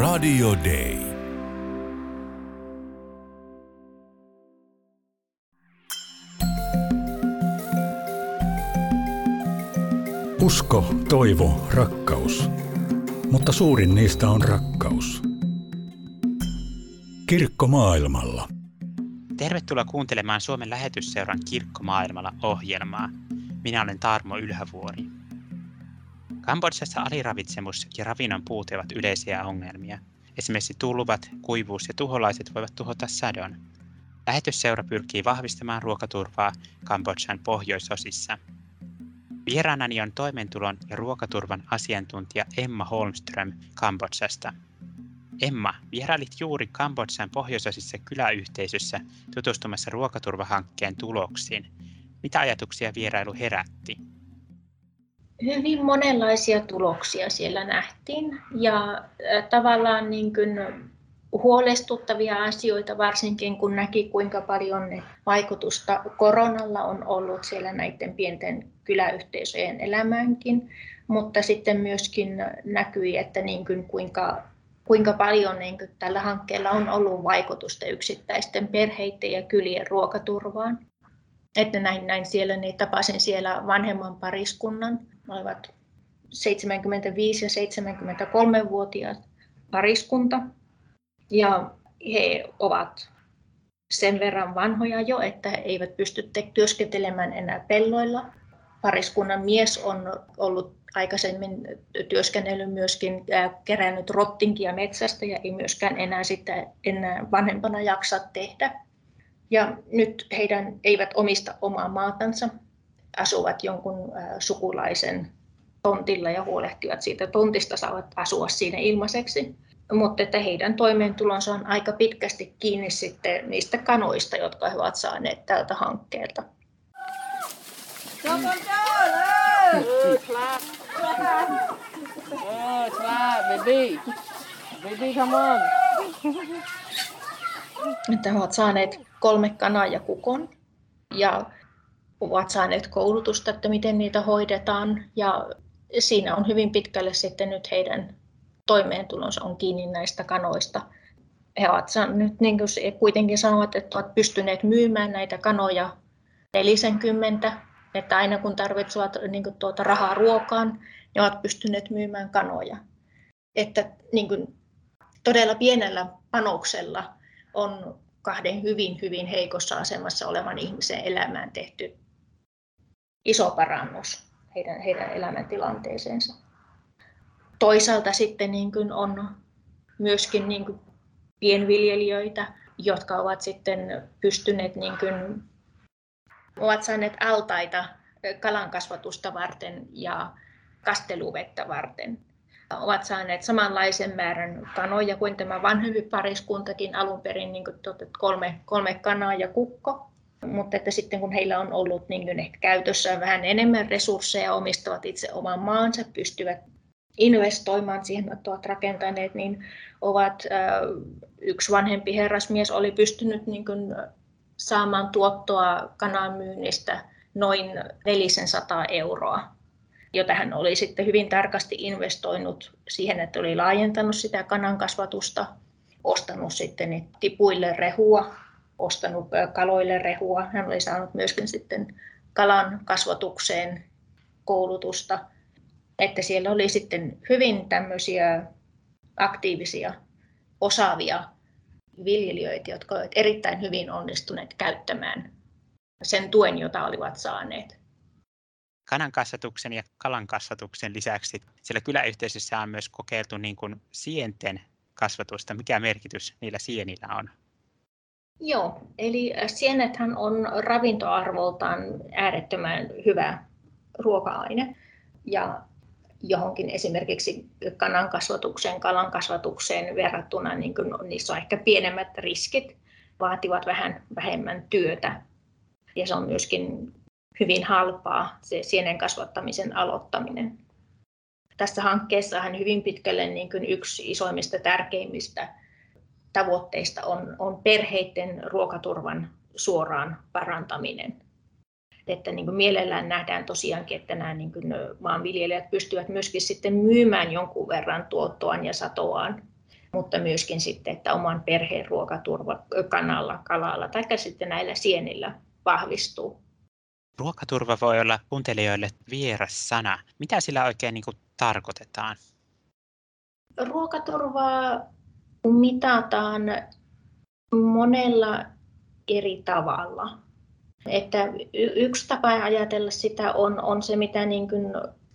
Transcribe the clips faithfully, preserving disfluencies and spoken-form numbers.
Radio Day. Usko, toivo, rakkaus. Mutta suurin niistä on rakkaus. Kirkko maailmalla. Tervetuloa kuuntelemaan Suomen Lähetysseuran Kirkko maailmalla -ohjelmaa. Minä olen Tarmo Ylhävuori. Kambodžassa aliravitsemus ja ravinnon puute ovat yleisiä ongelmia. Esimerkiksi tulvat, kuivuus ja tuholaiset voivat tuhota sadon. Lähetysseura pyrkii vahvistamaan ruokaturvaa Kambodžan pohjoisosissa. Vieraanani on toimeentulon ja ruokaturvan asiantuntija Emma Holmström Kambodžasta. Emma, vierailit juuri Kambodžan pohjoisosissa kyläyhteisössä tutustumassa ruokaturvahankkeen tuloksiin. Mitä ajatuksia vierailu herätti? Hyvin monenlaisia tuloksia siellä nähtiin ja tavallaan niin kuin huolestuttavia asioita, varsinkin kun näki kuinka paljon vaikutusta koronalla on ollut siellä näiden pienten kyläyhteisöjen elämäänkin, mutta sitten myöskin näkyi, että niin kuin kuinka, kuinka paljon niin kuin tällä hankkeella on ollut vaikutusta yksittäisten perheiden ja kylien ruokaturvaan. Että näin, näin siellä, niin tapasin siellä vanhemman pariskunnan, olivat seitsemänkymmentäviisi- ja seitsemänkymmentäkolme-vuotiaat pariskunta. Ja he ovat sen verran vanhoja jo, että he eivät pysty työskentelemään enää pelloilla. Pariskunnan mies on ollut aikaisemmin työskennellyt myöskin, kerännyt rottinkia metsästä ja ei myöskään enää sitä enää vanhempana jaksa tehdä. Ja nyt heidän eivät omista omaa maatansa, asuvat jonkun sukulaisen tontilla ja huolehtivat siitä tontista, saavat asua siinä ilmaiseksi. Mutta että heidän toimeentulonsa on aika pitkästi kiinni sitten niistä kanoista, jotka he ovat saaneet tältä hankkeelta. Että he ovat saaneet kolme kanaa ja kukon ja ovat saaneet koulutusta, että miten niitä hoidetaan. Ja siinä on hyvin pitkälle sitten nyt heidän toimeentulonsa on kiinni näistä kanoista. He ovat nyt niin kuin kuitenkin sanovat, että ovat pystyneet myymään näitä kanoja neljäkymmentä, että aina kun tarvitsevat niin kuin tuota rahaa ruokaan, ne ovat pystyneet myymään kanoja. Että niin kuin todella pienellä panoksella on kahden hyvin, hyvin heikossa asemassa olevan ihmisen elämään tehty iso parannus heidän, heidän elämäntilanteeseensa. Toisaalta sitten niin kuin on myöskin niin kuin pienviljelijöitä, jotka ovat sitten pystyneet, niin kuin, ovat saaneet altaita kalankasvatusta varten ja kasteluvettä varten. Ovat saaneet samanlaisen määrän kanoja kuin tämä vanhempi pariskuntakin alun perin, niin kuin kolme, kolme kanaa ja kukko. Mutta että sitten kun heillä on ollut niin kuin ehkä käytössä vähän enemmän resursseja, omistavat itse oman maansa, pystyvät investoimaan siihen, että ovat rakentaneet, niin ovat, yksi vanhempi herrasmies oli pystynyt niin kuin saamaan tuottoa kananmyynnistä noin neljäsataa euroa. Jota hän oli sitten hyvin tarkasti investoinut siihen, että oli laajentanut sitä kanankasvatusta, ostanut sitten tipuille rehua, ostanut kaloille rehua. Hän oli saanut myöskin sitten kalan kasvatukseen koulutusta, että siellä oli sitten hyvin tämmöisiä aktiivisia, osaavia viljelijöitä, jotka olivat erittäin hyvin onnistuneet käyttämään sen tuen, jota olivat saaneet. Kanankasvatuksen ja kalankasvatuksen lisäksi siellä kyläyhteisössä on myös kokeiltu niin kuin sienten kasvatusta. Mikä merkitys niillä sienillä on? Joo, eli sienethän on ravintoarvoltaan äärettömän hyvä ruoka-aine. Ja johonkin esimerkiksi kanankasvatukseen, kalankasvatukseen verrattuna niin kuin niissä on ehkä pienemmät riskit, vaativat vähän vähemmän työtä. Ja se on myöskin hyvin halpaa se sienen kasvattamisen aloittaminen. Tässä hankkeessahan hyvin pitkälle niin kuin yksi isoimmista tärkeimmistä tavoitteista on, on perheiden ruokaturvan suoraan parantaminen. Että niin kuin mielellään nähdään tosiaankin, että nämä niin kuin maanviljelijät pystyvät myöskin sitten myymään jonkun verran tuottoaan ja satoaan. mutta myöskin sitten, että oman perheen ruokaturva kanalla, kalalla tai sitten näillä sienillä vahvistuu. Ruokaturva voi olla kuuntelijoille vieras sana. Mitä sillä oikein niin kuin tarkoitetaan? Ruokaturvaa mitataan monella eri tavalla. Että yksi tapa ajatella sitä on, on se, mitä niin kuin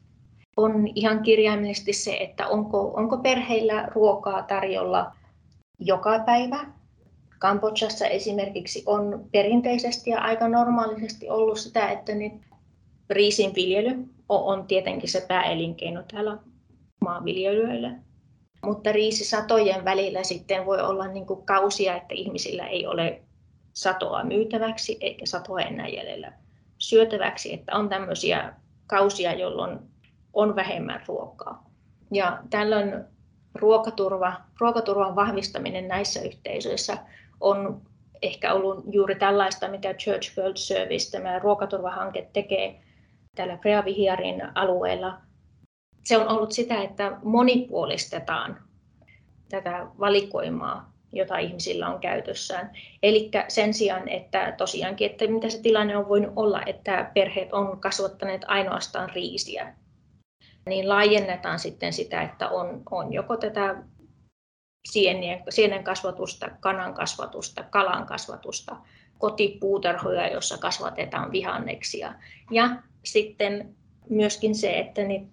on ihan kirjaimellisesti se, että onko, onko perheillä ruokaa tarjolla joka päivä. Kambodžassa esimerkiksi on perinteisesti ja aika normaalisesti ollut sitä, että niin riisin viljely on tietenkin se pääelinkeino täällä maanviljelijöillä. Mutta riisisatojen välillä sitten voi olla niin kuin kausia, että ihmisillä ei ole satoa myytäväksi eikä satoa enää jäljellä syötäväksi. Että on tämmöisiä kausia, jolloin on vähemmän ruokaa. Ja tällöin ruokaturva, ruokaturvan vahvistaminen näissä yhteisöissä on ehkä ollut juuri tällaista, mitä Church World Service, tämä ruokaturvahanke, tekee täällä Preah-Vihearin alueella. Se on ollut sitä, että monipuolistetaan tätä valikoimaa, jota ihmisillä on käytössään. Eli sen sijaan, että tosiaankin, että mitä se tilanne on voinut olla, että perheet on kasvattaneet ainoastaan riisiä, niin laajennetaan sitten sitä, että on, on joko tätä sienien, sienen kasvatusta, kanan kasvatusta, kalan kasvatusta, kotipuutarhoja, joissa kasvatetaan vihanneksia. Ja sitten myöskin se, että niin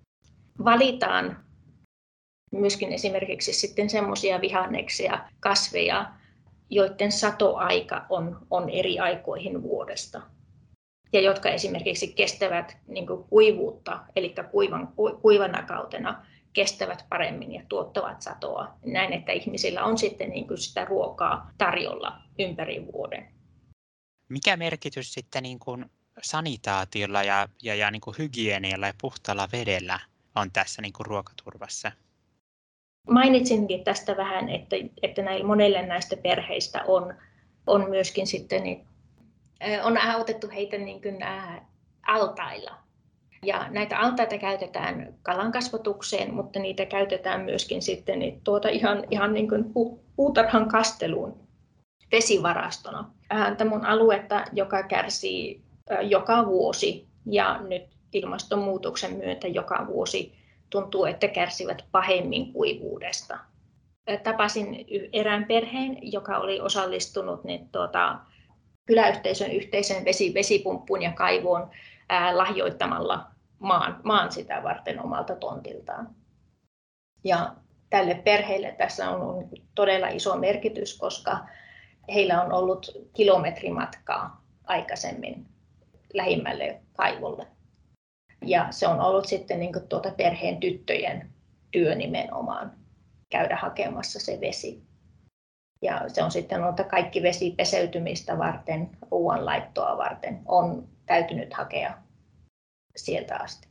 valitaan myöskin esimerkiksi sitten semmoisia vihanneksia, kasveja, joiden satoaika on, on eri aikoihin vuodesta. Ja jotka esimerkiksi kestävät niin kuin kuivuutta, eli kuivan, kuivana kautena kestävät paremmin ja tuottavat satoa. Näin, että ihmisillä on sitten niin kuin sitä ruokaa tarjolla ympäri vuoden. Mikä merkitys sitten niin kuin sanitaatiolla ja, ja, ja niin kuin hygienialla ja puhtaalla vedellä on tässä niin kuin ruokaturvassa? Mainitsinkin tästä vähän, että, että näillä monille näistä perheistä on, on myöskin sitten niin, on autettu heitä niin kuin, ää, altailla. Ja näitä altaita käytetään kalankasvatukseen, mutta niitä käytetään myöskin sitten niin, tuota ihan, ihan niin kuin pu, puutarhan kasteluun vesivarastona. Tämä on aluetta, joka kärsii ää, joka vuosi ja nyt ilmastonmuutoksen myötä joka vuosi tuntuu, että kärsivät pahemmin kuivuudesta. Tapasin erään perheen, joka oli osallistunut niin, tuota, kyläyhteisön yhteiseen vesi, vesipumppuun ja kaivoon ää, lahjoittamalla maan, maan sitä varten omalta tontiltaan. Ja tälle perheelle tässä on, on todella iso merkitys, koska heillä on ollut kilometrimatkaa aikaisemmin lähimmälle kaivolle. Ja se on ollut sitten niin kuin tuota perheen tyttöjen työ nimenomaan käydä hakemassa se vesi. Ja se on sitten noita kaikki vesi peseytymistä varten, ruoanlaittoa varten on täytynyt hakea sieltä asti.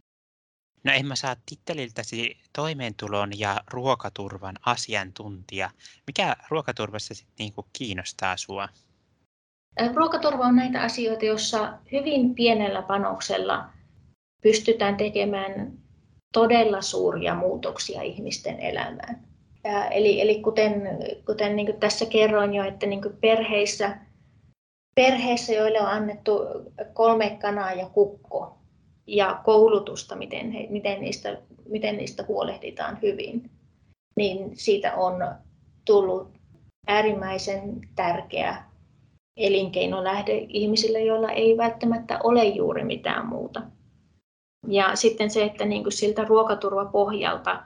No en mä saa titteliltäsi toimeentulon ja ruokaturvan asiantuntija. Mikä ruokaturvassa sitten niin kuin kiinnostaa sua? Ruokaturva on näitä asioita, joissa hyvin pienellä panoksella pystytään tekemään todella suuria muutoksia ihmisten elämään. Ja eli, eli kuten, kuten niin kuin tässä kerroin jo, että niin kuin perheissä, perheissä, joille on annettu kolme kanaa ja kukko ja koulutusta, miten, he, miten, niistä, miten niistä huolehditaan hyvin, niin siitä on tullut äärimmäisen tärkeä elinkeinolähde ihmisille, joilla ei välttämättä ole juuri mitään muuta. Ja sitten se, että niin kuin siltä ruokaturvapohjalta,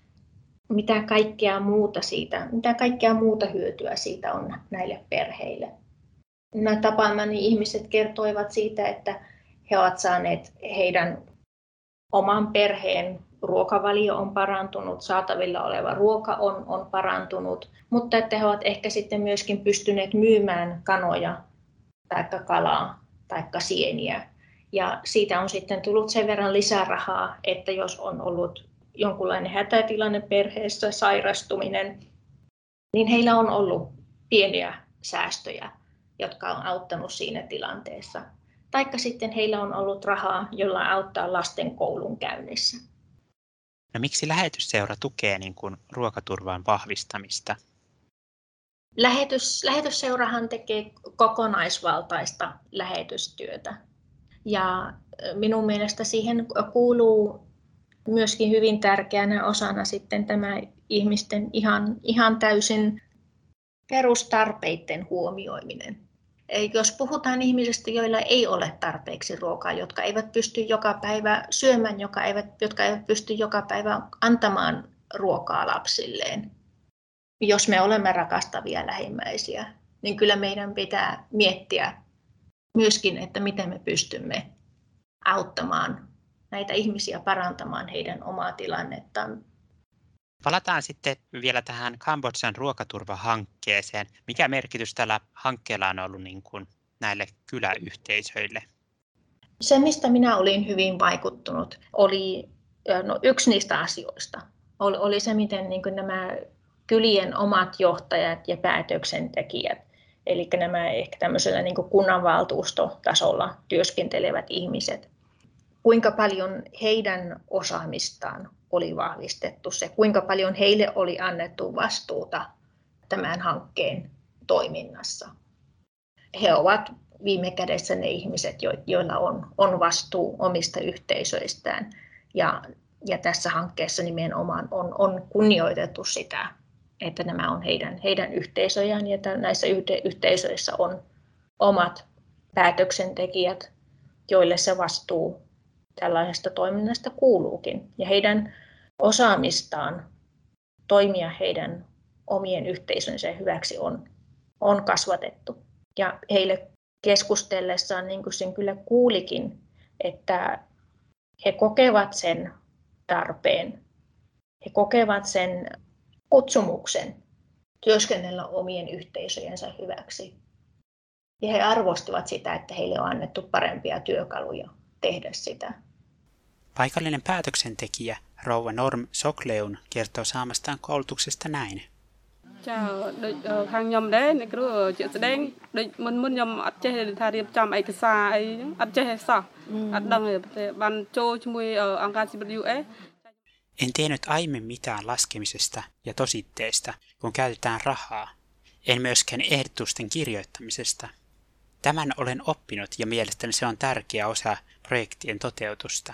mitä kaikkea muuta siitä, mitä kaikkea muuta hyötyä siitä on näille perheille. Nämä tapaamani ihmiset kertoivat siitä, että he ovat saaneet heidän oman perheen ruokavalio on parantunut, saatavilla oleva ruoka on, on parantunut, mutta että he ovat ehkä sitten myöskin pystyneet myymään kanoja tai kalaa tai sieniä. Ja siitä on sitten tullut sen verran lisärahaa, että jos on ollut jonkunlainen hätätilanne perheessä, sairastuminen, niin heillä on ollut pieniä säästöjä, jotka on auttanut siinä tilanteessa. Taikka sitten heillä on ollut rahaa, jolla auttaa lasten koulun käynnissä. No miksi lähetysseura tukee niin kuin ruokaturvan vahvistamista? Lähetys, lähetysseurahan tekee kokonaisvaltaista lähetystyötä. Ja minun mielestä siihen kuuluu myöskin hyvin tärkeänä osana sitten tämä ihmisten ihan, ihan täysin perustarpeiden huomioiminen. Jos puhutaan ihmisistä, joilla ei ole tarpeeksi ruokaa, jotka eivät pysty joka päivä syömään, jotka eivät, jotka eivät pysty joka päivä antamaan ruokaa lapsilleen. Jos me olemme rakastavia lähimmäisiä, niin kyllä meidän pitää miettiä myöskin, että miten me pystymme auttamaan näitä ihmisiä parantamaan heidän omaa tilannettaan. Palataan sitten vielä tähän Kambodžan ruokaturvahankkeeseen. Mikä merkitys tällä hankkeella on ollut niin kuin näille kyläyhteisöille? Se, mistä minä olin hyvin vaikuttunut, oli no, yksi niistä asioista. Oli, oli se, miten niin kuin nämä kylien omat johtajat ja päätöksentekijät, eli nämä ehkä tämmöisellä niin kuin kunnanvaltuustotasolla työskentelevät ihmiset, kuinka paljon heidän osaamistaan oli vahvistettu, se kuinka paljon heille oli annettu vastuuta tämän hankkeen toiminnassa. He ovat viime kädessä ne ihmiset, joilla on, on vastuu omista yhteisöistään. Ja, ja tässä hankkeessa nimenomaan on, on kunnioitettu sitä, että nämä on heidän, heidän yhteisöjään ja että näissä yhteisöissä on omat päätöksentekijät, joille se vastuu tällaisesta toiminnasta kuuluukin. Ja heidän osaamistaan toimia heidän omien yhteisönsä hyväksi on, on kasvatettu. Ja heille keskustellessaan, niin kuin sen kyllä kuulikin, että he kokevat sen tarpeen, he kokevat sen kutsumuksen työskennellä omien yhteisöjensä hyväksi. Ja he arvostivat sitä, että heille on annettu parempia työkaluja tehdä sitä. Paikallinen päätöksentekijä rouva Norm Sokleun kertoo saamastaan koulutuksesta näin. Chào,ដូចខាងខ្ញុំដែរអ្នកគ្រូជាក់ស្ដែងដូចមុនមុនខ្ញុំអត់ចេះថារៀបចំឯកសារអីហ្នឹងអត់ចេះសោះអត់ដឹងទេបានចូលជាមួយអង្គការ W S. En tiennyt aiemmin mitään laskemisesta ja tositteesta, kun käytetään rahaa. En myöskään ehdotusten kirjoittamisesta. Tämän olen oppinut ja mielestäni se on tärkeä osa projektien toteutusta.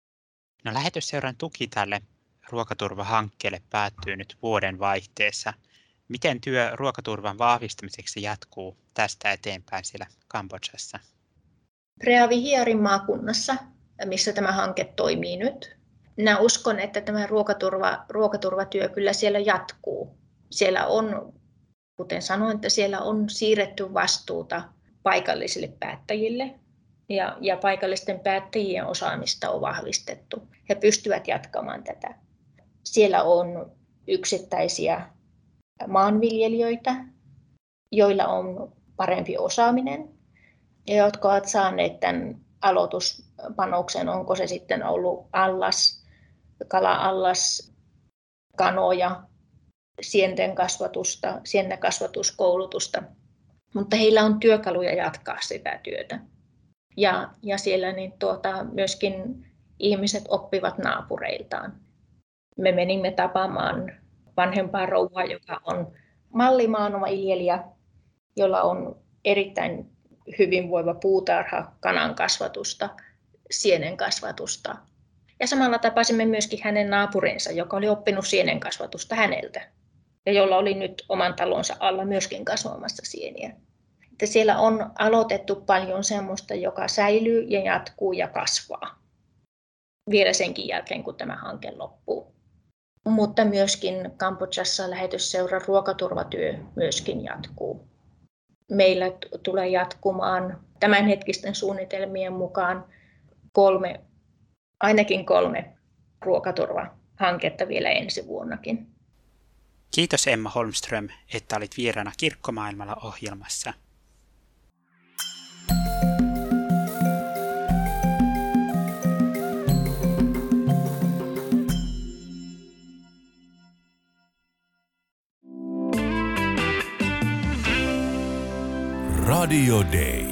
No, lähetysseuran tuki tälle ruokaturvahankkeelle päättyy nyt vuoden vaihteessa. Miten työ ruokaturvan vahvistamiseksi jatkuu tästä eteenpäin siellä Kambodžassa? Preah Vihearin maakunnassa, missä tämä hanke toimii nyt, minä uskon, että tämä ruokaturva, ruokaturvatyö kyllä siellä jatkuu. Siellä on, kuten sanoin, että siellä on siirretty vastuuta paikallisille päättäjille ja, ja paikallisten päättäjien osaamista on vahvistettu. He pystyvät jatkamaan tätä. Siellä on yksittäisiä maanviljelijöitä, joilla on parempi osaaminen ja jotka ovat saaneet tämän aloituspanoksen, onko se sitten ollut allas, kala-allas, kanoja, sienten kasvatusta, siennenkasvatuskoulutusta, mutta heillä on työkaluja jatkaa sitä työtä. Ja, ja siellä niin tuota, myöskin ihmiset oppivat naapureiltaan. Me menimme tapaamaan vanhempaa rouvaa, joka on mallimaanviljelijä, jolla on erittäin hyvinvoiva puutarha, kanan kasvatusta, sienen kasvatusta. Ja samalla tapasimme myöskin hänen naapurinsa, joka oli oppinut sienen kasvatusta häneltä ja jolla oli nyt oman talonsa alla myöskin kasvamassa sieniä. Että siellä on aloitettu paljon semmoista, joka säilyy ja jatkuu ja kasvaa vielä senkin jälkeen, kun tämä hanke loppuu. Mutta myöskin Kambodžassa lähetysseuran ruokaturvatyö myöskin jatkuu. Meillä t- tulee jatkumaan tämänhetkisten suunnitelmien mukaan kolme, ainakin kolme ruokaturvahanketta vielä ensi vuonnakin. Kiitos Emma Holmström, että olit vieraana Kirkkomaailmalla -ohjelmassa. Radio Day.